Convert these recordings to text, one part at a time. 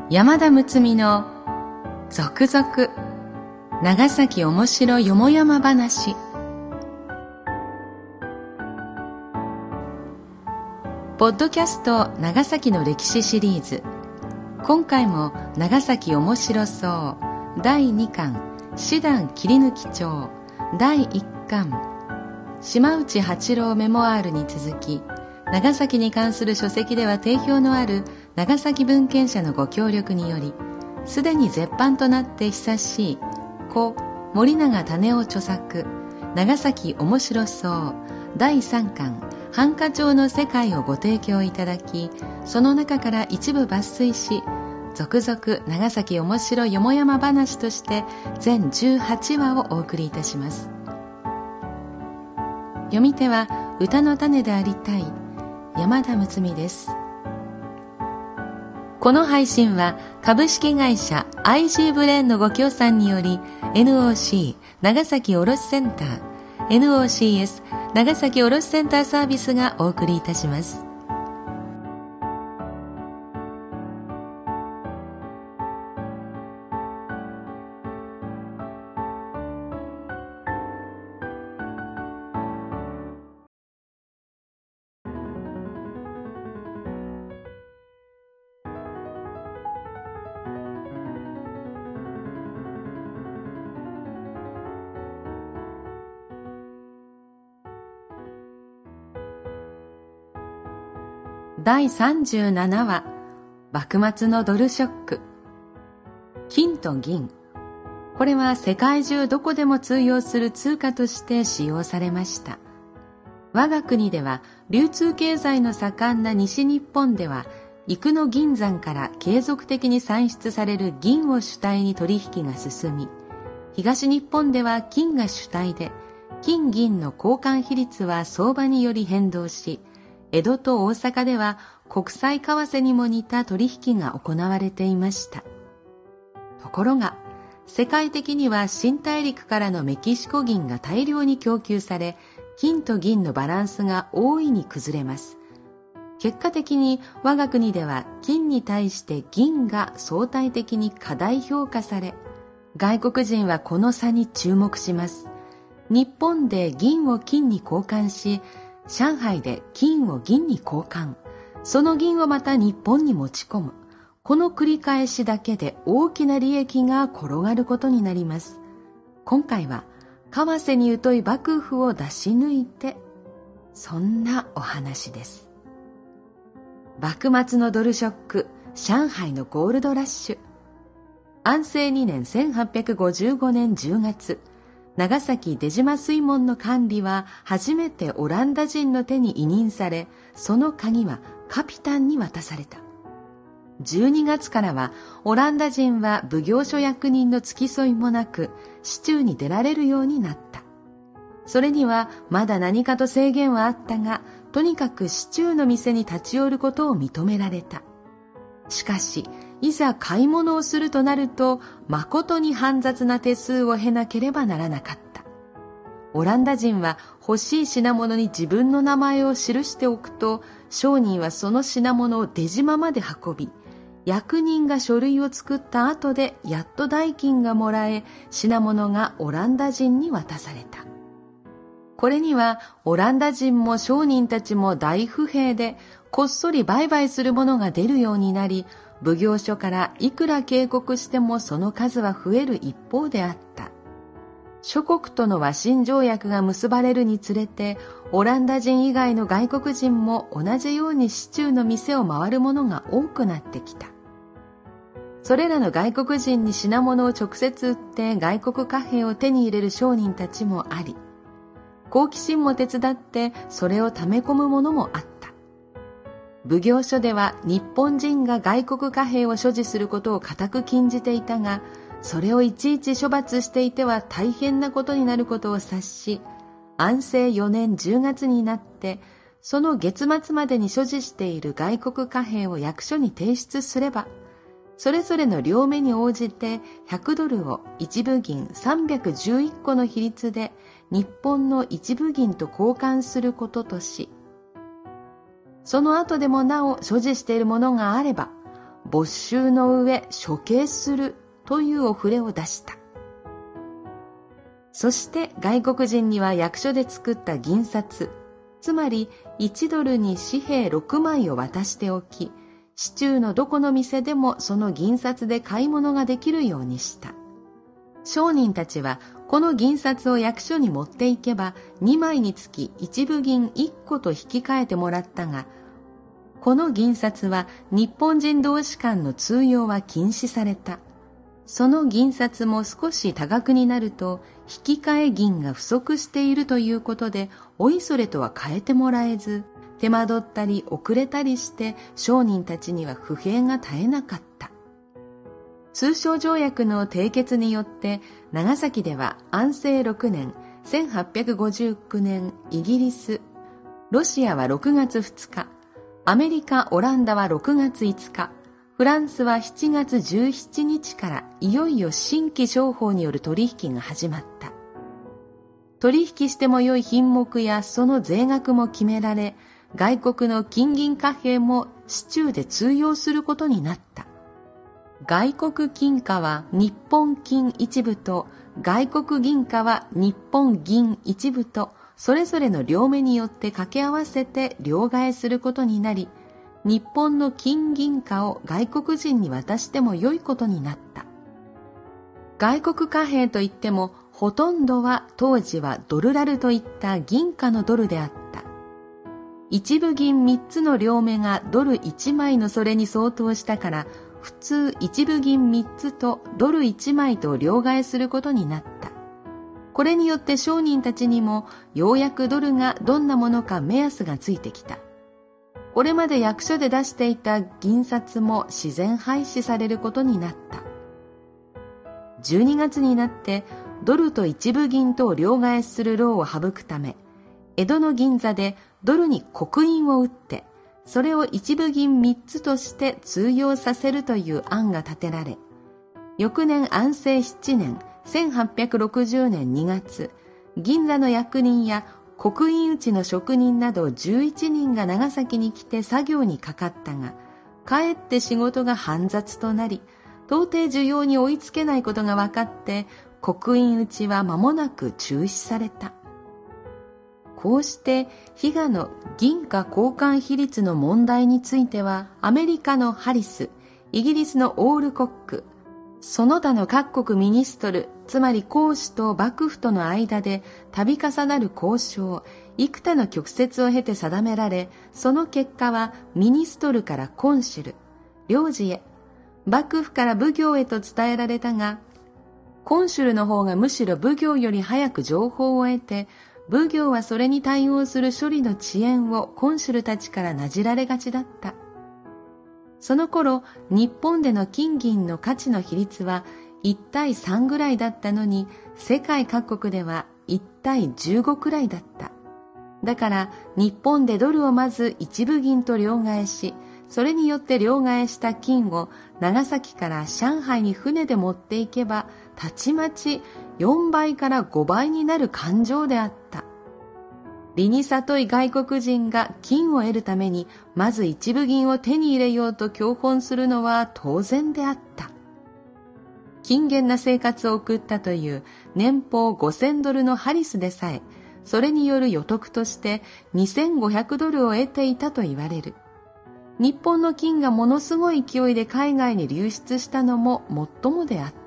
山田睦美の続々長崎おもしろよもやま話。ポッドキャスト長崎の歴史シリーズ、今回も長崎おもしろそう第2巻師団切抜帳第1巻島内八郎メモアールに続き、長崎に関する書籍では定評のある長崎文献者のご協力により、すでに絶版となって久しい故森永種夫著作長崎おもしろそう第3巻繁華町の世界をご提供いただき、その中から一部抜粋し、続々長崎おもしろよもやま話として全18話をお送りいたします。読み手は歌の種でありたい山田睦美です。この配信は株式会社 IG ブレーンのご協賛により NOC 長崎卸センター NOCS 長崎卸センターサービスがお送りいたします。第37話、幕末のドルショック。金と銀。これは世界中どこでも通用する通貨として使用されました。我が国では流通経済の盛んな西日本では、生野銀山から継続的に産出される銀を主体に取引が進み、東日本では金が主体で、金銀の交換比率は相場により変動し、江戸と大阪では国際為替にも似た取引が行われていました。ところが、世界的には新大陸からのメキシコ銀が大量に供給され、金と銀のバランスが大いに崩れます。結果的に我が国では金に対して銀が相対的に過大評価され、外国人はこの差に注目します。日本で銀を金に交換し、上海で金を銀に交換、その銀をまた日本に持ち込む。この繰り返しだけで大きな利益が転がることになります。今回は為替に疎い幕府を出し抜いて、そんなお話です。幕末のドルショック、上海のゴールドラッシュ。安政2年1855年10月、長崎出島水門の管理は初めてオランダ人の手に委任され、その鍵はカピタンに渡された。12月からはオランダ人は奉行所役人の付き添いもなく市中に出られるようになった。それにはまだ何かと制限はあったが、とにかく市中の店に立ち寄ることを認められた。しかし、いざ買い物をするとなると、誠に煩雑な手数を経なければならなかった。オランダ人は欲しい品物に自分の名前を記しておくと、商人はその品物を出島まで運び、役人が書類を作った後でやっと代金がもらえ、品物がオランダ人に渡された。これにはオランダ人も商人たちも大不平で、こっそり売買するものが出るようになり、奉行所からいくら警告してもその数は増える一方であった。諸国との和親条約が結ばれるにつれて、オランダ人以外の外国人も同じように市中の店を回る者が多くなってきた。それらの外国人に品物を直接売って外国貨幣を手に入れる商人たちもあり、好奇心も手伝ってそれを溜め込む者もあった。奉行所では日本人が外国貨幣を所持することを固く禁じていたが、それをいちいち処罰していては大変なことになることを察し、安政4年10月になって、その月末までに所持している外国貨幣を役所に提出すれば、それぞれの両目に応じて100ドルを1部銀311個の比率で日本の1部銀と交換することとし、その後でもなお所持しているものがあれば、 没収の上処刑するというお触れを出した。そして外国人には役所で作った銀札、つまり1ドルに紙幣6枚を渡しておき、市中のどこの店でもその銀札で買い物ができるようにした。商人たちはこの銀札を役所に持っていけば2枚につき1分銀1個と引き換えてもらったが、この銀札は日本人同士間の通用は禁止された。その銀札も少し多額になると引き換え銀が不足しているということで、おいそれとは変えてもらえず、手間取ったり遅れたりして商人たちには不平が絶えなかった。通商条約の締結によって長崎では安政6年1859年イギリス、ロシアは6月2日、アメリカ・オランダは6月5日、フランスは7月17日からいよいよ新規商法による取引が始まった。取引しても良い品目やその税額も決められ、外国の金銀貨幣も市中で通用することになった。外国金貨は日本金一部と外国銀貨は日本銀一部とそれぞれの両目によって掛け合わせて両替することになり、日本の金銀貨を外国人に渡しても良いことになった。外国貨幣といってもほとんどは当時はドルラルといった銀貨のドルであった。一分銀3つの両目がドル1枚のそれに相当したから、普通一分銀3つとドル1枚と両替することになった。これによって商人たちにもようやくドルがどんなものか目安がついてきた。これまで役所で出していた銀札も自然廃止されることになった。12月になってドルと一分銀とを両替する労を省くため、江戸の銀座でドルに刻印を打って、それを一分銀3つとして通用させるという案が立てられ、翌年安政7年1860年2月、銀座の役人や刻印打ちの職人など11人が長崎に来て作業にかかったが、かえって仕事が煩雑となり、到底需要に追いつけないことが分かって、刻印打ちは間もなく中止された。こうして比嘉の銀貨交換比率の問題については、アメリカのハリス、イギリスのオールコック、その他の各国ミニストル、つまり公使と幕府との間で度重なる交渉、幾多の曲折を経て定められ、その結果はミニストルからコンシュル、領事へ、幕府から奉行へと伝えられたが、コンシュルの方がむしろ奉行より早く情報を得て、奉行はそれに対応する処理の遅延をコンシュルたちからなじられがちだった。その頃、日本での金銀の価値の比率は1対3ぐらいだったのに、世界各国では1対15くらいだった。だから日本でドルをまず一分銀と両替し、それによって両替した金を長崎から上海に船で持っていけば、たちまち4倍から5倍になる勘定であった。利に里い外国人が金を得るために、まず一分銀を手に入れようと強奔するのは当然であった。勤勉な生活を送ったという年俸5000ドルのハリスでさえ、それによる余得として2500ドルを得ていたと言われる。日本の金がものすごい勢いで海外に流出したのももっともであった。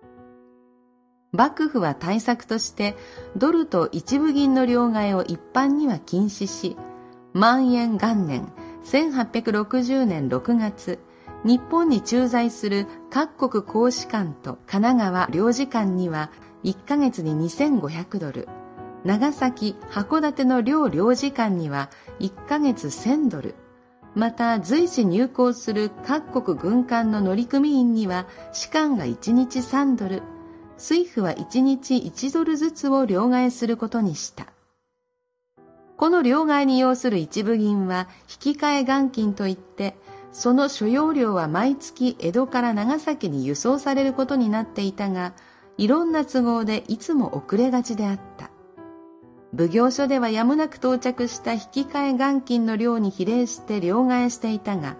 幕府は対策としてドルと一分銀の両替を一般には禁止し、万延元年1860年6月、日本に駐在する各国公使館と神奈川領事館には1ヶ月に2500ドル、長崎、函館の両領事館には1ヶ月1000ドル、また随時入港する各国軍艦の乗組員には士官が1日3ドル、水夫は1日1ドルずつを両替することにした。この両替に要する一分銀は引き換え元金といって、その所要料は毎月江戸から長崎に輸送されることになっていたが、いろんな都合でいつも遅れがちであった。奉行所ではやむなく到着した引き換え元金の量に比例して両替していたが、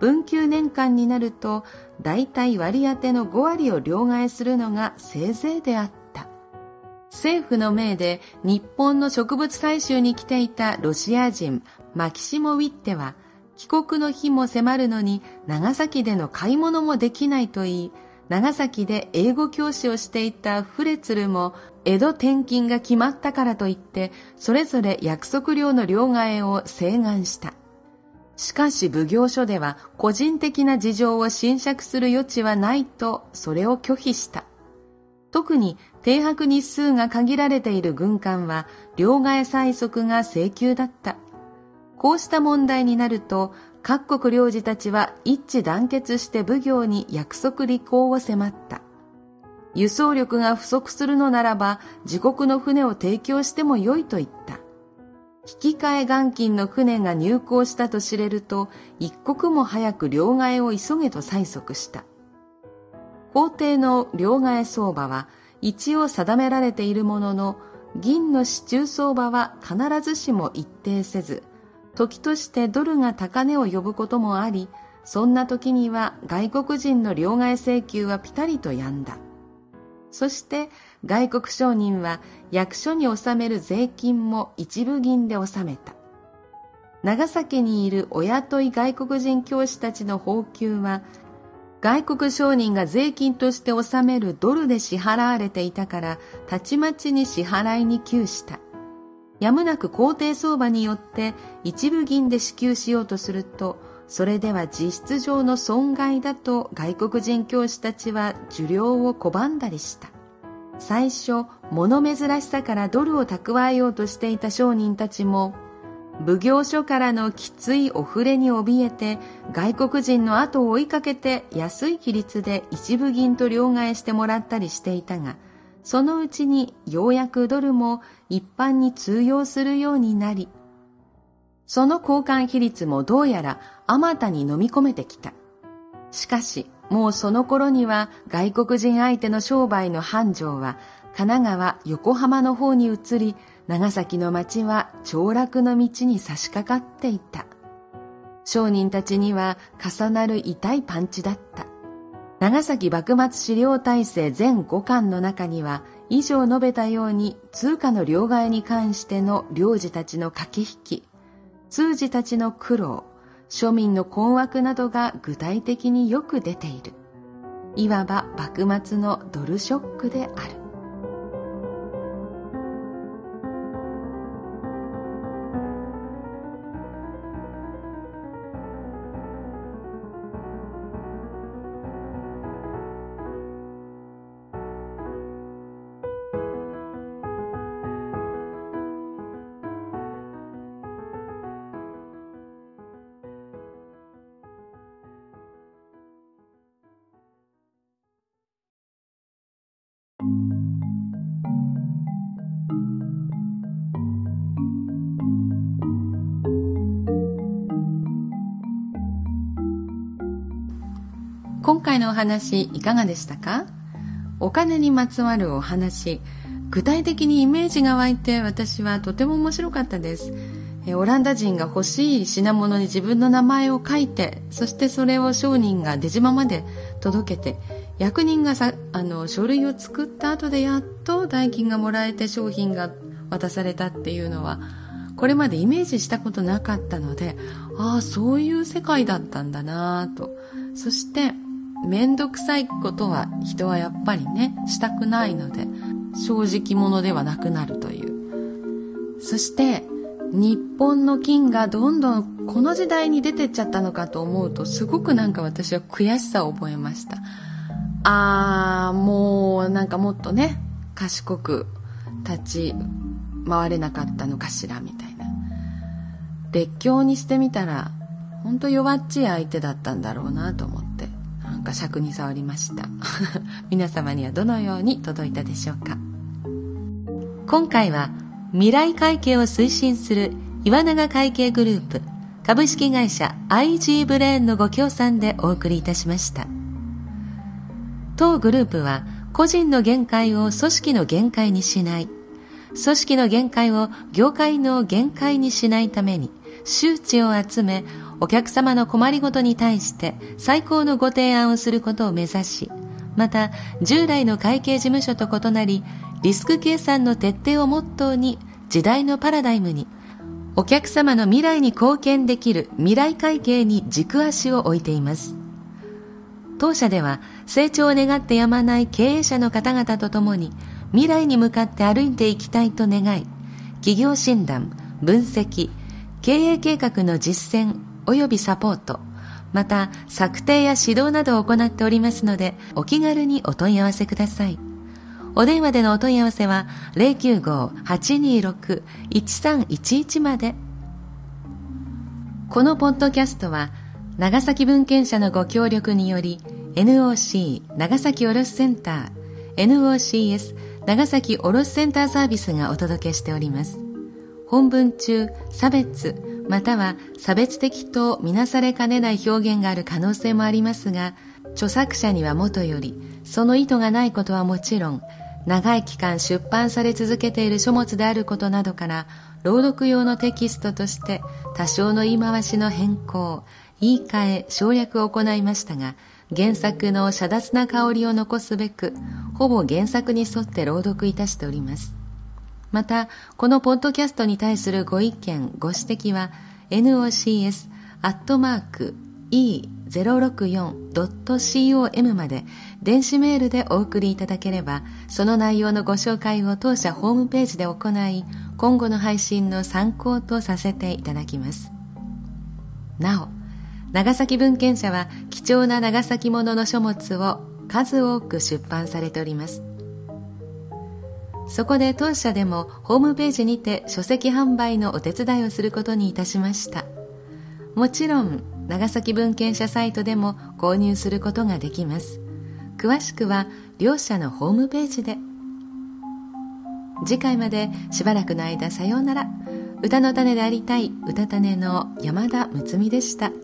文給年間になると、だいたい割り当ての5割を両替するのがせいぜいであった。政府の命で日本の植物採集に来ていたロシア人マキシモウィッテは、帰国の日も迫るのに長崎での買い物もできないと言い、長崎で英語教師をしていたフレツルも江戸転勤が決まったからといって、それぞれ約束料の両替を請願した。しかし奉行所では個人的な事情を斟酌する余地はないと、それを拒否した。特に停泊日数が限られている軍艦は両替催促が請求だった。こうした問題になると、各国領事たちは一致団結して奉行に約束履行を迫った。輸送力が不足するのならば、自国の船を提供してもよいと言った。引き換え元金の船が入港したと知れると、一刻も早く両替を急げと催促した。法定の両替相場は一応定められているものの、銀の市中相場は必ずしも一定せず、時としてドルが高値を呼ぶこともあり、そんな時には外国人の両替請求はピタリと止んだ。そして外国商人は役所に納める税金も一部銀で納めた。長崎にいるお雇い外国人教師たちの俸給は、外国商人が税金として納めるドルで支払われていたから、たちまちに支払いに窮した。やむなく公定相場によって一部銀で支給しようとすると、それでは実質上の損害だと外国人教師たちは受領を拒んだりした。最初、物珍しさからドルを蓄えようとしていた商人たちも、奉行所からのきついお触れに怯えて、外国人の後を追いかけて安い比率で一部銀と両替してもらったりしていたが、そのうちにようやくドルも一般に通用するようになり、その交換比率もどうやらあまたに飲み込めてきた。しかし、もうその頃には外国人相手の商売の繁盛は神奈川、横浜の方に移り、長崎の町は凋落の道に差し掛かっていた。商人たちには重なる痛いパンチだった。長崎幕末資料体制全5巻の中には、以上述べたように通貨の両替に関しての領事たちの駆け引き、通詞たちの苦労、庶民の困惑などが具体的によく出ている。いわば幕末のドルショックである。今回のお話いかがでしたか？お金にまつわるお話、具体的にイメージが湧いて私はとても面白かったです。オランダ人が欲しい品物に自分の名前を書いて、そしてそれを商人が出島まで届けて、役人が書類を作った後でやっと代金がもらえて商品が渡されたっていうのは、これまでイメージしたことなかったので、ああそういう世界だったんだなと。そしてめんどくさいことは人はやっぱりねしたくないので、正直者ではなくなるという。そして日本の金がどんどんこの時代に出てっちゃったのかと思うと、すごく私は悔しさを覚えました。もうもっとね賢く立ち回れなかったのかしらみたいな。列強にしてみたら本当弱っちい相手だったんだろうなと思って、尺に触りました皆様にはどのように届いたでしょうか。今回は未来会計を推進する岩永会計グループ株式会社 IG ブレーンのご協賛でお送りいたしました。当グループは個人の限界を組織の限界にしない、組織の限界を業界の限界にしないために周知を集め、お客様の困りごとに対して最高のご提案をすることを目指し、また従来の会計事務所と異なり、リスク計算の徹底をモットーに、時代のパラダイムに、お客様の未来に貢献できる未来会計に軸足を置いています。当社では成長を願ってやまない経営者の方々と共に未来に向かって歩いていきたいと願い、企業診断、分析、経営計画の実践及びサポート、また策定や指導などを行っておりますので、お気軽にお問い合わせください。お電話でのお問い合わせは 095-826-1311 まで。このポッドキャストは長崎文献社のご協力により NOC 長崎卸センター NOCS 長崎卸センターサービスがお届けしております。本文中差別または差別的とみなされかねない表現がある可能性もありますが、著作者にはもとよりその意図がないことはもちろん、長い期間出版され続けている書物であることなどから、朗読用のテキストとして多少の言い回しの変更、言い換え、省略を行いましたが、原作の遮奪な香りを残すべく、ほぼ原作に沿って朗読いたしております。また、このポッドキャストに対するご意見、ご指摘は、nocs@e064.com まで電子メールでお送りいただければ、その内容のご紹介を当社ホームページで行い、今後の配信の参考とさせていただきます。なお、長崎文献社は貴重な長崎ものの書物を数多く出版されております。そこで当社でもホームページにて書籍販売のお手伝いをすることにいたしました。もちろん長崎文献社サイトでも購入することができます。詳しくは両社のホームページで。次回までしばらくの間さようなら。歌の種でありたい歌種の山田睦美でした。